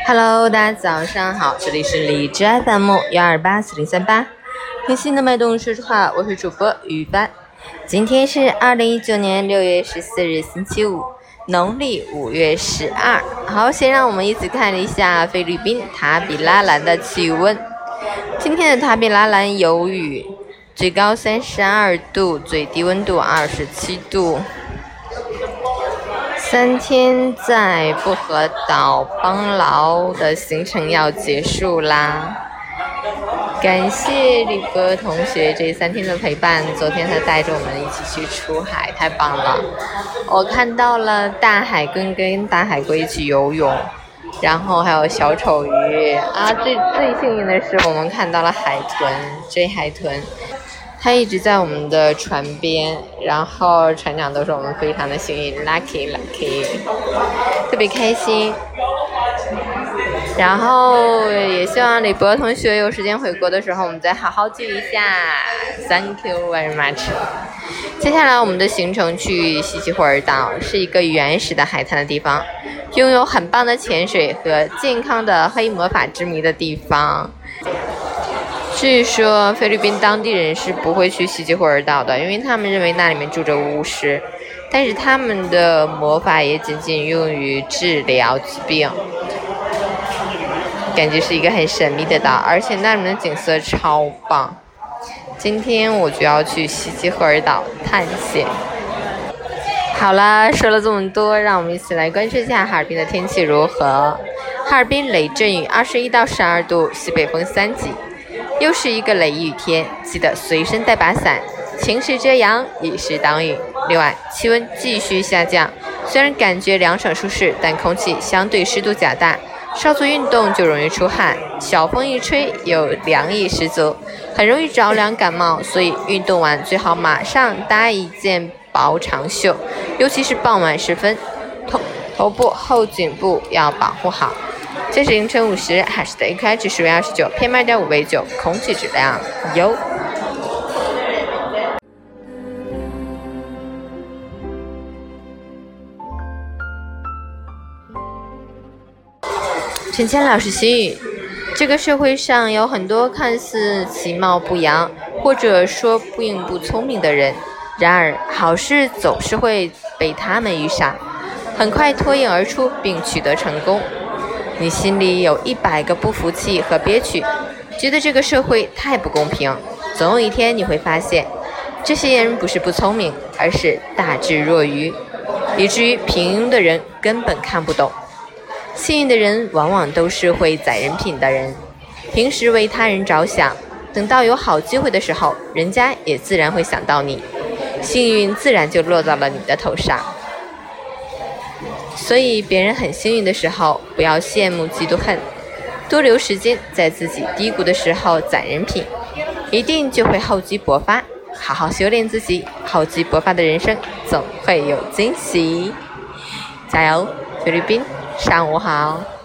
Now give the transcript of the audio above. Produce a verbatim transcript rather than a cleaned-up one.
Hello， 大家早上好，这里是荔枝 F M 幺二八四零三八，听心的脉动说实话，我是主播雨帆。今天是二零一九年六月十四日，星期五，农历五月十二。好，先让我们一起看一下菲律宾塔比拉兰的气温。今天的塔比拉兰有雨，最高三十二度，最低温度二十七度。三天在薄荷岛邦劳的行程要结束啦，感谢李哥同学这三天的陪伴，昨天他带着我们一起去出海，太棒了。我看到了大海龟跟大海龟一起游泳，然后还有小丑鱼啊，最最幸运的是我们看到了海豚，追海豚。他一直在我们的船边，然后船长都说我们非常的幸运 lucky lucky， 特别开心。然后也希望李博同学有时间回国的时候我们再好好聚一下， thank you very much。 接下来我们的行程去西西霍尔岛，是一个原始的海滩的地方，拥有很棒的潜水和健康的黑魔法之谜的地方。据说菲律宾当地人是不会去西西霍尔岛的，因为他们认为那里面住着巫师，但是他们的魔法也仅仅用于治疗疾病，感觉是一个很神秘的岛，而且那里面的景色超棒。今天我就要去西西霍尔岛探险。好了，说了这么多，让我们一起来关注一下哈尔滨的天气如何。哈尔滨雷阵雨，二十一到十二度，西北风三级。又是一个雷雨天，记得随身带把伞，晴时遮阳，雨时挡雨。另外，气温继续下降，虽然感觉凉爽舒适，但空气相对湿度较大，稍作运动就容易出汗，小风一吹有凉意十足，很容易着凉感冒，所以运动完最好马上搭一件薄长袖，尤其是傍晚时分，头头部后颈部要保护好。这是凌晨五时，海市的 A Q I 指数为二十九 ，P M 二点五 为九，空气质量优。陈谦老师心语：这个社会上有很多看似其貌不扬，或者说并不聪明的人，然而好事总是会被他们遇上，很快脱颖而出并取得成功。你心里有一百个不服气和憋屈，觉得这个社会太不公平，总有一天你会发现，这些人不是不聪明，而是大智若愚，以至于平庸的人根本看不懂。幸运的人往往都是会载人品的人，平时为他人着想，等到有好机会的时候，人家也自然会想到你，幸运自然就落到了你的头上。所以别人很幸运的时候，不要羡慕嫉妒恨，多留时间在自己低谷的时候攒人品，一定就会厚积薄发。好好修炼自己，厚积薄发的人生总会有惊喜。加油，菲律宾，上午好。